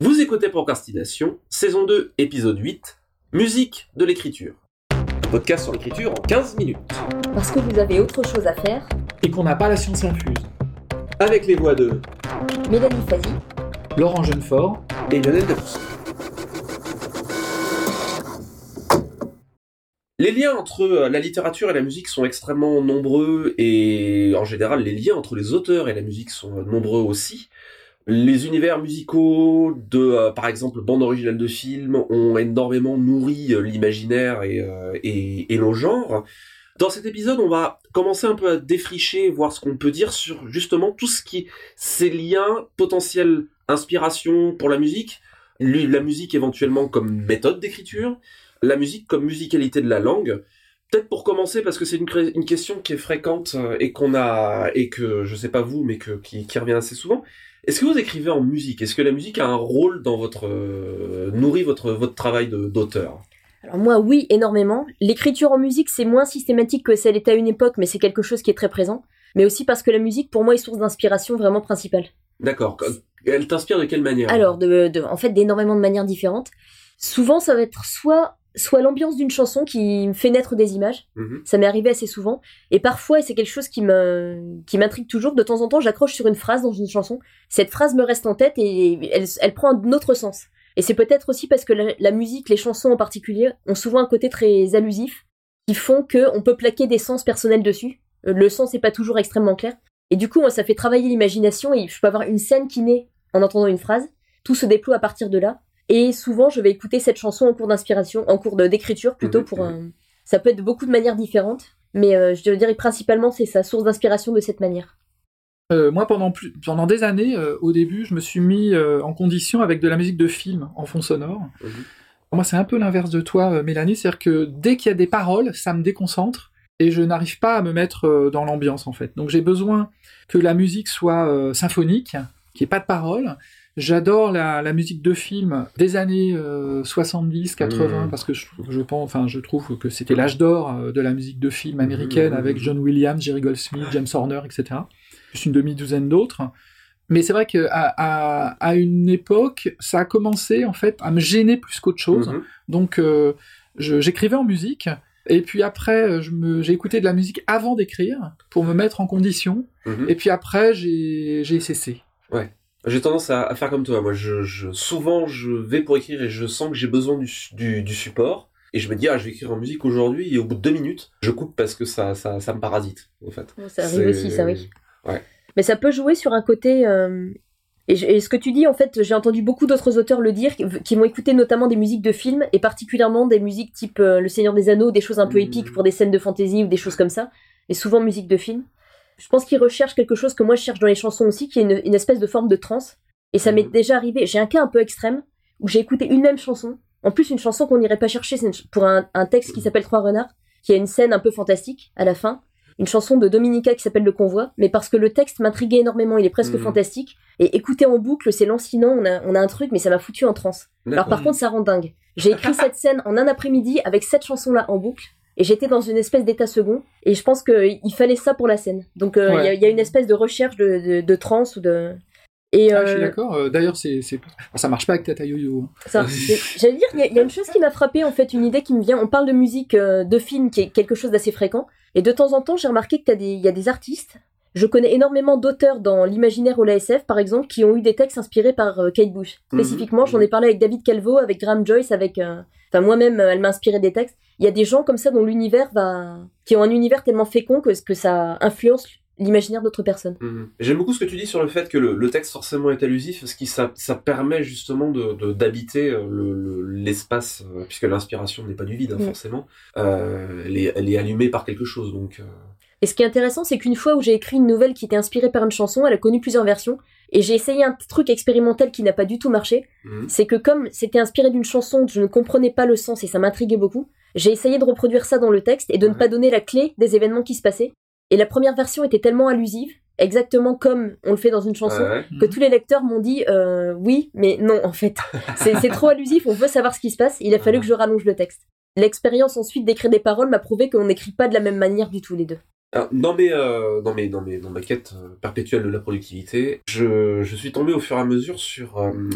Vous écoutez Procrastination, saison 2, épisode 8, musique de l'écriture. Un podcast sur l'écriture en 15 minutes. Parce que vous avez autre chose à faire. Et qu'on n'a pas la science infuse. Avec les voix de Mélanie Fazi, Laurent Jeunefort et Lionel Debousse. Les liens entre la littérature et la musique sont extrêmement nombreux et en général les liens entre les auteurs et la musique sont nombreux aussi. Les univers musicaux de, par exemple, bandes originales de films ont énormément nourri l'imaginaire et nos genres. Dans cet épisode, on va commencer un peu à défricher, voir ce qu'on peut dire sur justement tout ce qui, ces liens, potentiels inspiration pour la musique musique éventuellement comme méthode d'écriture, la musique comme musicalité de la langue. Peut-être pour commencer, parce que c'est une question qui est fréquente et que, je sais pas vous, mais qui revient assez souvent. Est-ce que vous écrivez en musique ? Est-ce que la musique a un rôle dans nourrit votre travail d'auteur ? Alors moi, oui, énormément. L'écriture en musique, c'est moins systématique que ça l'était à une époque, mais c'est quelque chose qui est très présent. Mais aussi parce que la musique, pour moi, est source d'inspiration vraiment principale. D'accord. Elle t'inspire de quelle manière ? Alors, en fait, d'énormément de manières différentes. Souvent, ça va être soit l'ambiance d'une chanson qui me fait naître des images. Ça m'est arrivé assez souvent. Et parfois, et c'est quelque chose qui m'intrigue toujours, de temps en temps, j'accroche sur une phrase dans une chanson. Cette phrase me reste en tête et elle prend un autre sens. Et c'est peut-être aussi parce que la musique, les chansons en particulier, ont souvent un côté très allusif, qui font qu'on peut plaquer des sens personnels dessus. Le sens n'est pas toujours extrêmement clair. Et du coup, moi, ça fait travailler l'imagination et je peux avoir une scène qui naît en entendant une phrase. Tout se déploie à partir de là. Et souvent, je vais écouter cette chanson en cours d'inspiration, en cours d'écriture plutôt. Ça peut être de beaucoup de manières différentes, mais je dirais principalement c'est sa source d'inspiration de cette manière. Moi, pendant des années, au début, je me suis mis en condition avec de la musique de film en fond sonore. Moi, c'est un peu l'inverse de toi, Mélanie, c'est-à-dire que dès qu'il y a des paroles, ça me déconcentre et je n'arrive pas à me mettre dans l'ambiance, en fait. Donc j'ai besoin que la musique soit symphonique, qu'il n'y ait pas de paroles. J'adore la musique de film des années 70, 80, parce que je trouve que c'était l'âge d'or de la musique de film américaine avec John Williams, Jerry Goldsmith, James Horner, etc. Plus une demi-douzaine d'autres. Mais c'est vrai qu'à une époque, ça a commencé en fait à me gêner plus qu'autre chose. Donc j'écrivais en musique, et puis après j'ai écouté de la musique avant d'écrire pour me mettre en condition, et puis après j'ai cessé. Ouais. J'ai tendance à faire comme toi. Moi, souvent, je vais pour écrire et je sens que j'ai besoin du support. Et je me dis, je vais écrire en musique aujourd'hui, et au bout de 2 minutes, je coupe parce que ça me parasite, en fait. Ça arrive aussi, ça, oui. Ouais. Mais ça peut jouer sur un côté... Et ce que tu dis, en fait, j'ai entendu beaucoup d'autres auteurs le dire, qui vont écouter notamment des musiques de films, et particulièrement des musiques type Le Seigneur des Anneaux, des choses un peu épiques pour des scènes de fantasy ou des choses comme ça, et souvent musique de film. Je pense qu'ils recherchent quelque chose que moi je cherche dans les chansons aussi, qui est une espèce de forme de trance. Et ça m'est déjà arrivé. J'ai un cas un peu extrême où j'ai écouté une même chanson. En plus, une chanson qu'on n'irait pas chercher, c'est pour un texte qui s'appelle Trois renards, qui a une scène un peu fantastique à la fin. Une chanson de Dominica qui s'appelle Le Convoi, mais parce que le texte m'intriguait énormément, il est presque fantastique. Et écouter en boucle, c'est lancinant, on a un truc, mais ça m'a foutu en transe. Alors par contre, ça rend dingue. J'ai écrit cette scène en un après-midi avec cette chanson-là en boucle. Et j'étais dans une espèce d'état second, et je pense qu'il fallait ça pour la scène. Donc il y a une espèce de recherche de trance ou de... je suis d'accord. D'ailleurs, ça marche pas avec Tata Yo-Yo. J'allais dire, il y a une chose qui m'a frappée, en fait, une idée qui me vient. On parle de musique de film, qui est quelque chose d'assez fréquent. Et de temps en temps, j'ai remarqué qu'il y a des artistes. Je connais énormément d'auteurs dans l'imaginaire ou l'ASF, par exemple, qui ont eu des textes inspirés par Kate Bush. Spécifiquement, j'en ai parlé avec David Calvo, avec Graham Joyce, moi-même, elle m'a inspiré des textes. Il y a des gens comme ça dont qui ont un univers tellement fécond que ça influence l'imaginaire d'autres personnes. J'aime beaucoup ce que tu dis sur le fait que le texte forcément est allusif, parce que ça permet justement d'habiter l'espace, puisque l'inspiration n'est pas du vide, forcément. Elle est allumée par quelque chose, donc... Et ce qui est intéressant, c'est qu'une fois où j'ai écrit une nouvelle qui était inspirée par une chanson, elle a connu plusieurs versions, et j'ai essayé un truc expérimental qui n'a pas du tout marché. C'est que comme c'était inspiré d'une chanson, je ne comprenais pas le sens et ça m'intriguait beaucoup, j'ai essayé de reproduire ça dans le texte et de ne pas donner la clé des événements qui se passaient. Et la première version était tellement allusive, exactement comme on le fait dans une chanson, que tous les lecteurs m'ont dit oui, mais non, en fait. C'est trop allusif, on veut savoir ce qui se passe, il a fallu que je rallonge le texte. L'expérience ensuite d'écrire des paroles m'a prouvé qu'on n'écrit pas de la même manière du tout les deux. Dans ma quête perpétuelle de la productivité, je suis tombé au fur et à mesure sur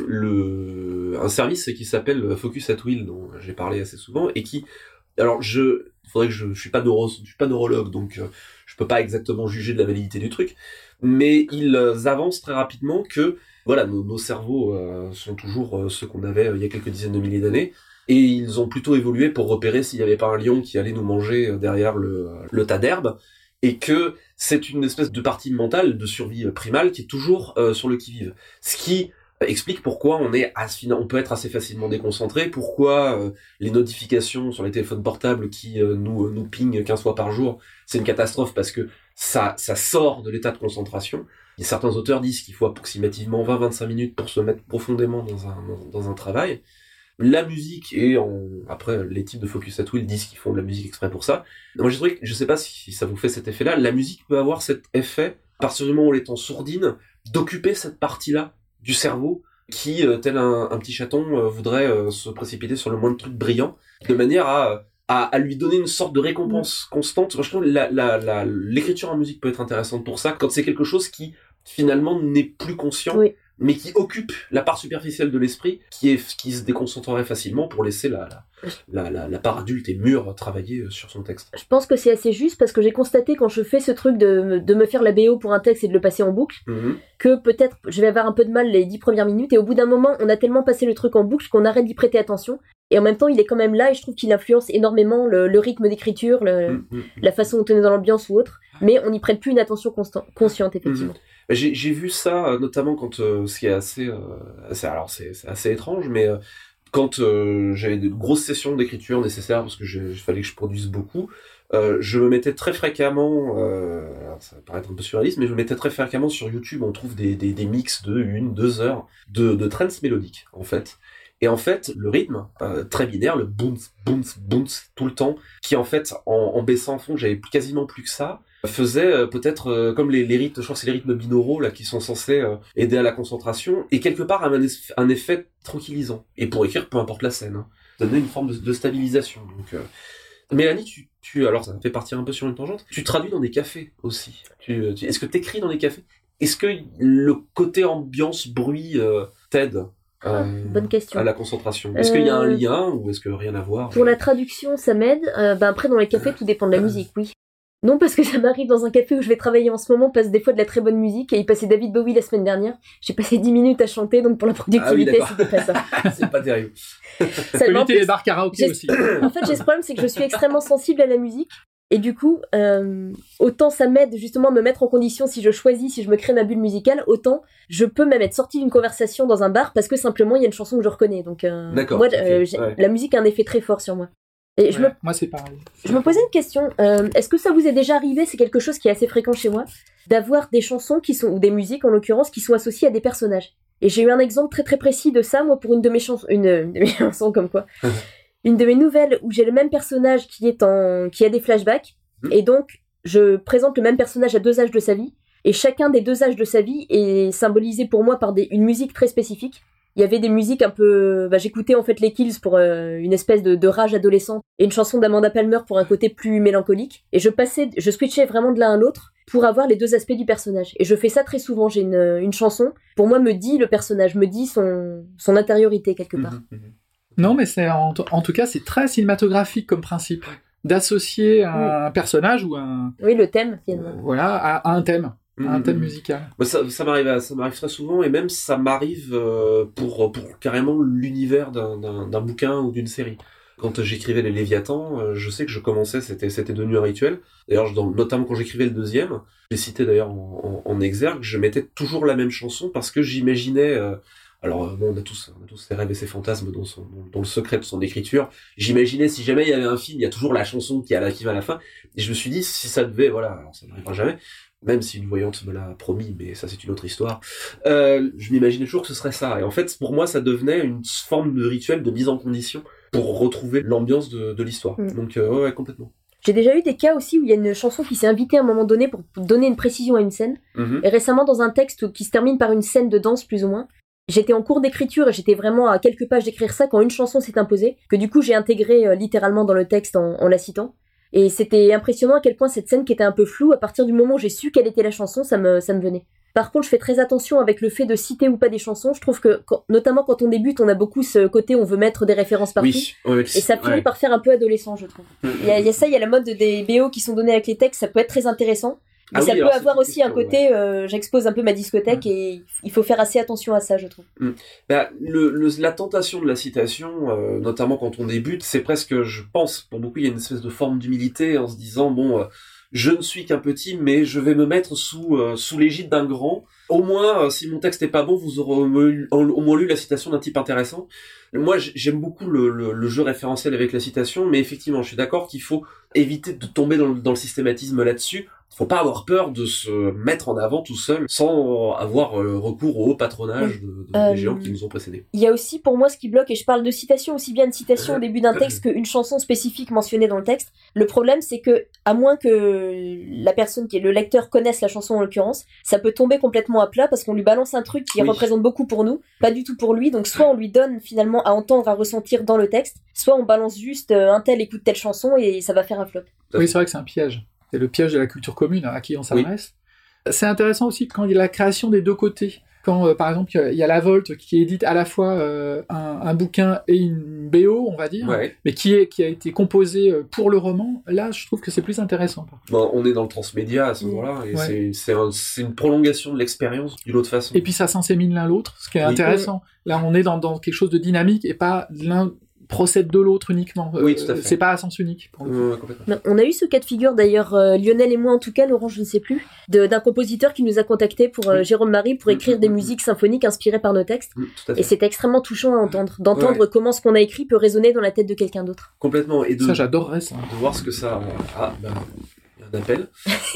un service qui s'appelle Focus at Will, dont j'ai parlé assez souvent, et qui, alors faudrait que je suis pas neurologue, donc je peux pas exactement juger de la validité du truc, mais ils avancent très rapidement que voilà, nos cerveaux sont toujours ceux qu'on avait il y a quelques dizaines de milliers d'années. Et ils ont plutôt évolué pour repérer s'il n'y avait pas un lion qui allait nous manger derrière le tas d'herbe, et que c'est une espèce de partie mentale de survie primale qui est toujours sur le qui-vive. Ce qui explique pourquoi on peut être assez facilement déconcentré, pourquoi les notifications sur les téléphones portables qui nous pingent 15 fois par jour, c'est une catastrophe parce que ça sort de l'état de concentration. Et certains auteurs disent qu'il faut approximativement 20-25 minutes pour se mettre profondément dans un travail. La musique après les types de Focus at Will disent qu'ils font de la musique exprès pour ça. Moi j'ai trouvé, je sais pas si ça vous fait cet effet-là, la musique peut avoir cet effet, à partir du moment où elle est en sourdine, d'occuper cette partie-là du cerveau qui, tel un petit chaton, voudrait se précipiter sur le moindre truc brillant, de manière à lui donner une sorte de récompense constante. Moi, je trouve que l'écriture en musique peut être intéressante pour ça, quand c'est quelque chose qui finalement n'est plus conscient. Oui. Mais qui occupe la part superficielle de l'esprit, qui se déconcentrerait facilement pour laisser la part adulte et mûre travailler sur son texte. Je pense que c'est assez juste parce que j'ai constaté quand je fais ce truc de me faire la BO pour un texte et de le passer en boucle, que peut-être je vais avoir un peu de mal les 10 premières minutes et au bout d'un moment on a tellement passé le truc en boucle qu'on arrête d'y prêter attention et en même temps il est quand même là et je trouve qu'il influence énormément le rythme d'écriture, la façon dont on est dans l'ambiance ou autre, mais on n'y prête plus une attention consciente effectivement. J'ai vu ça notamment quand ce qui est assez étrange, mais quand j'avais de grosses sessions d'écriture nécessaires parce que fallait que je produise beaucoup, je me mettais très fréquemment, alors ça va paraître un peu surréaliste, mais je me mettais très fréquemment sur YouTube. On trouve des mix de 1-2 heures de trance mélodique en fait. Et en fait, le rythme très binaire, le bounce, bounce, bounce tout le temps, qui en fait, en baissant en fond, j'avais quasiment plus que ça, faisait peut-être comme les rythmes, je crois que c'est les rythmes binauraux là qui sont censés aider à la concentration, et quelque part un effet tranquillisant. Et pour écrire, peu importe la scène, hein, ça donnait une forme de stabilisation. Donc, Mélanie, alors ça me fait partir un peu sur une tangente. Tu traduis dans des cafés aussi. Est-ce que t'écris dans des cafés ? Est-ce que le côté ambiance, bruit t'aide ? Bonne question. À la concentration. Est-ce qu'il y a un lien ou est-ce que rien à voir ? Pour la traduction, ça m'aide. Après, dans les cafés, tout dépend de la musique, oui. Non, parce que ça m'arrive dans un café où je vais travailler en ce moment, passe des fois de la très bonne musique et il passait David Bowie la semaine dernière. J'ai passé 10 minutes à chanter, donc pour la productivité, c'était pas ça. C'est pas terrible. Ça éviter les bars karaoké aussi. En fait, j'ai ce problème, c'est que je suis extrêmement sensible à la musique. Et du coup, autant ça m'aide justement à me mettre en condition si je me crée ma bulle musicale, autant je peux même être sortie d'une conversation dans un bar parce que simplement il y a une chanson que je reconnais. Donc d'accord, moi, la musique a un effet très fort sur moi. Et moi c'est pareil. Je me posais une question, est-ce que ça vous est déjà arrivé, c'est quelque chose qui est assez fréquent chez moi, d'avoir des chansons ou des musiques en l'occurrence, qui sont associées à des personnages. Et j'ai eu un exemple très très précis de ça, moi, pour une de mes chansons, comme quoi. Une de mes nouvelles où j'ai le même personnage qui a des flashbacks, et donc je présente le même personnage à 2 âges de sa vie, et chacun des 2 âges de sa vie est symbolisé pour moi par une musique très spécifique. Il y avait des musiques un peu... j'écoutais en fait les Kills pour une espèce de rage adolescente, et une chanson d'Amanda Palmer pour un côté plus mélancolique, et je switchais vraiment de l'un à l'autre pour avoir les 2 aspects du personnage. Et je fais ça très souvent, j'ai une chanson, pour moi me dit le personnage, me dit son intériorité quelque part. Non, mais en tout cas, c'est très cinématographique comme principe, d'associer un personnage ou Oui, le thème, finalement. Voilà, à un thème. Un thème musical. Ça m'arrive très souvent, et même ça m'arrive pour carrément l'univers d'un bouquin ou d'une série. Quand j'écrivais les Léviathans, je sais que je commençais, c'était devenu un rituel. D'ailleurs, notamment quand j'écrivais le 2e, j'ai cité d'ailleurs en exergue, je mettais toujours la même chanson parce que j'imaginais... Alors bon, on a tous ses rêves et ses fantasmes dans le secret de son écriture. J'imaginais si jamais il y avait un film, il y a toujours la chanson qui va à la fin. Et je me suis dit, si ça devait, voilà, alors ça n'arrivera jamais, même si une voyante me l'a promis, mais ça c'est une autre histoire. Je m'imaginais toujours que ce serait ça. Et en fait, pour moi, ça devenait une forme de rituel de mise en condition pour retrouver l'ambiance de l'histoire. Donc ouais, complètement. J'ai déjà eu des cas aussi où il y a une chanson qui s'est invitée à un moment donné pour donner une précision à une scène. Et récemment, dans un texte qui se termine par une scène de danse plus ou moins, j'étais en cours d'écriture et j'étais vraiment à quelques pages d'écrire ça quand une chanson s'est imposée, que du coup j'ai intégré littéralement dans le texte en la citant. Et c'était impressionnant à quel point cette scène qui était un peu floue, à partir du moment où j'ai su quelle était la chanson, ça me venait. Par contre, je fais très attention avec le fait de citer ou pas des chansons. Je trouve que, notamment quand on débute, on a beaucoup ce côté, on veut mettre des références partout. Et ça finit par faire un peu adolescent, je trouve. Il y a ça, il y a la mode des BO qui sont donnés avec les textes, ça peut être très intéressant. Mais ça peut avoir aussi un côté, j'expose un peu ma discothèque et il faut faire assez attention à ça, je trouve. Bah, la tentation de la citation, notamment quand on débute, c'est presque, je pense, pour beaucoup, il y a une espèce de forme d'humilité en se disant, bon, je ne suis qu'un petit, mais je vais me mettre sous l'égide d'un grand. Au moins, si mon texte est pas bon, vous aurez au moins lu la citation d'un type intéressant. Moi, j'aime beaucoup le jeu référentiel avec la citation, mais effectivement, je suis d'accord qu'il faut éviter de tomber dans le systématisme là-dessus. Faut pas avoir peur de se mettre en avant tout seul sans avoir recours au haut patronage des géants qui nous ont précédés. Il y a aussi pour moi ce qui bloque, et je parle de citation aussi bien de citation au début d'un texte qu'une chanson spécifique mentionnée dans le texte. Le problème c'est que, à moins que la personne qui est le lecteur connaisse la chanson en l'occurrence, ça peut tomber complètement à plat parce qu'on lui balance un truc qui représente beaucoup pour nous, pas du tout pour lui, donc soit on lui donne finalement à entendre, à ressentir dans le texte, soit on balance juste un tel écoute telle chanson et ça va faire un flop. Oui, c'est vrai que c'est un piège. C'est le piège de la culture commune à qui on s'adresse. Oui. C'est intéressant aussi quand il y a la création des deux côtés. Quand, par exemple, il y a La Volte qui édite à la fois un bouquin et une BO, on va dire, mais qui a été composé pour le roman, là, je trouve que c'est plus intéressant. Bon, on est dans le transmédia à ce moment-là, et c'est une prolongation de l'expérience d'une autre façon. Et puis ça s'insémine l'un l'autre, ce qui est intéressant. Là, on est dans quelque chose de dynamique et pas l'un procède de l'autre uniquement. Oui, tout à fait. C'est pas à sens unique. Pour le coup. On a eu ce cas de figure d'ailleurs, Lionel et moi en tout cas, Laurent je ne sais plus, d'un compositeur qui nous a contacté pour Jérôme Marie pour écrire des musiques symphoniques inspirées par nos textes. Et c'était extrêmement touchant à entendre, d'entendre comment ce qu'on a écrit peut résonner dans la tête de quelqu'un d'autre. Complètement. Et ça j'adorerais ça. De voir ce que ça... Ah, ben, il y a un appel.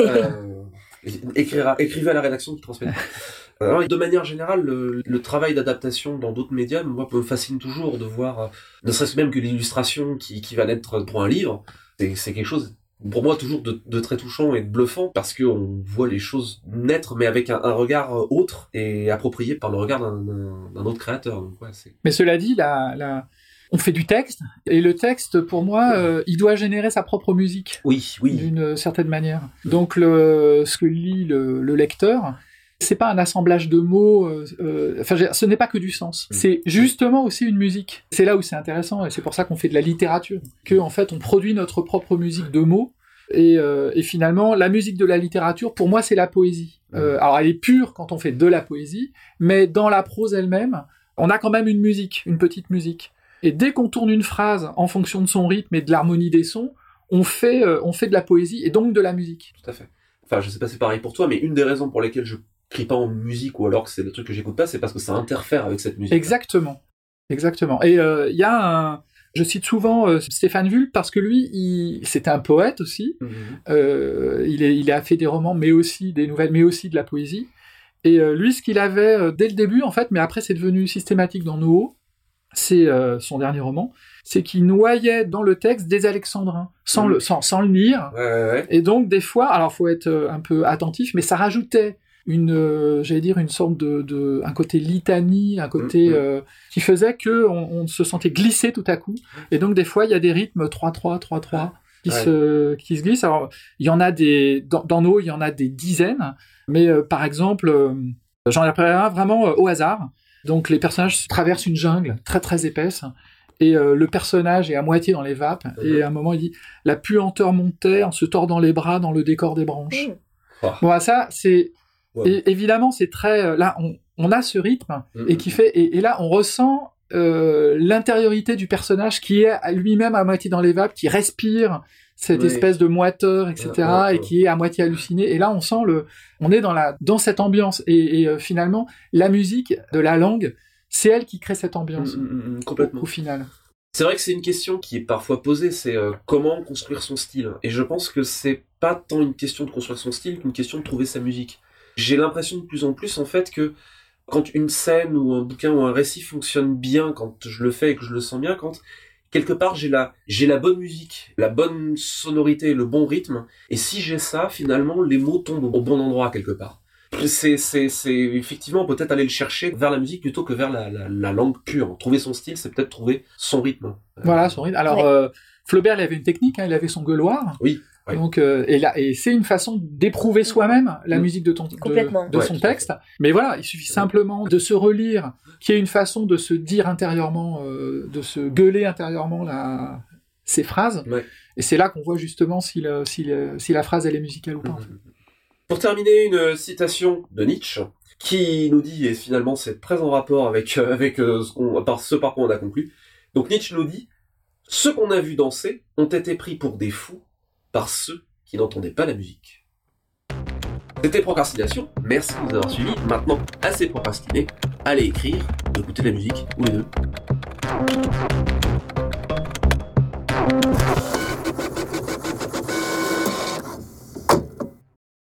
Écrivez à la rédaction qui transmet. Alors, de manière générale, le travail d'adaptation dans d'autres médias, moi, me fascine toujours de voir, ne serait-ce même que l'illustration qui va naître pour un livre, c'est quelque chose, pour moi, toujours de très touchant et de bluffant, parce qu'on voit les choses naître, mais avec un regard autre et approprié par le regard d'un autre créateur. Donc, mais cela dit, on fait du texte, et le texte, pour moi, il doit générer sa propre musique. Oui. D'une certaine manière. Donc, ce que lit le lecteur, c'est pas un assemblage de mots, ce n'est pas que du sens. C'est justement aussi une musique. C'est là où c'est intéressant, et c'est pour ça qu'on fait de la littérature. Que, en fait, on produit notre propre musique de mots, et finalement, la musique de la littérature, pour moi, c'est la poésie. Alors, elle est pure quand on fait de la poésie, mais dans la prose elle-même, on a quand même une musique, une petite musique. Et dès qu'on tourne une phrase en fonction de son rythme et de l'harmonie des sons, on fait de la poésie et donc de la musique. Tout à fait. Enfin, je sais pas si c'est pareil pour toi, mais une des raisons pour lesquelles je crie pas en musique ou alors que c'est des trucs que j'écoute pas, c'est parce que ça interfère avec cette musique. Exactement. Et il y a je cite souvent Stéphane Wulf parce que lui, c'était un poète aussi. Il a fait des romans, mais aussi des nouvelles, mais aussi de la poésie. Et lui, ce qu'il avait dès le début, en fait, mais après c'est devenu systématique dans Noho, c'est son dernier roman, c'est qu'il noyait dans le texte des alexandrins, sans le lire. Et donc, des fois, alors faut être un peu attentif, mais ça rajoutait une sorte un côté litanie, un côté qui faisait que on se sentait glisser tout à coup. Et donc, des fois, il y a des rythmes 3-3, 3-3 qui se glissent. Alors, il y en a dans Noho, il y en a des dizaines, mais par exemple, j'en ai pris un vraiment au hasard. Donc les personnages traversent une jungle très très épaisse et le personnage est à moitié dans les vapes et à un moment il dit « La puanteur montait en se tordant les bras dans le décor des branches ». Bon, ça c'est... évidemment c'est très... Là on a ce rythme et qui fait... Et là on ressent l'intériorité du personnage qui est lui-même à moitié dans les vapes, qui respire cette espèce de moiteur, etc., et qui est à moitié halluciné. Et là, on sent on est dans cette ambiance. Et finalement, la musique de la langue, c'est elle qui crée cette ambiance. Complètement. Au final. C'est vrai que c'est une question qui est parfois posée, c'est comment construire son style. Et je pense que c'est pas tant une question de construire son style qu'une question de trouver sa musique. J'ai l'impression de plus en plus, en fait, que quand une scène ou un bouquin ou un récit fonctionne bien, quand je le fais et que je le sens bien, quand quelque part j'ai la bonne musique, la bonne sonorité, le bon rythme, et si j'ai ça, finalement les mots tombent au bon endroit quelque part. C'est effectivement peut-être aller le chercher vers la musique plutôt que vers la langue pure. Trouver son style, c'est peut-être trouver son rythme. Voilà, son rythme. Alors, Flaubert, il avait une technique, il avait son gueuloir. Oui. Donc, et c'est une façon d'éprouver soi-même la musique de son texte. Mais voilà, il suffit simplement de se relire, qu'il y ait une façon de se dire intérieurement, de se gueuler intérieurement ces phrases. Ouais. Et c'est là qu'on voit justement si la phrase elle est musicale ou pas. En fait. Pour terminer, une citation de Nietzsche qui nous dit, et finalement c'est très en rapport avec ce par quoi on a conclu. Donc Nietzsche nous dit: ceux qu'on a vus danser ont été pris pour des fous par ceux qui n'entendaient pas la musique. C'était Procrastination, merci de nous avoir suivis. Maintenant, assez procrastiné, allez écrire, écouter de la musique, ou les deux.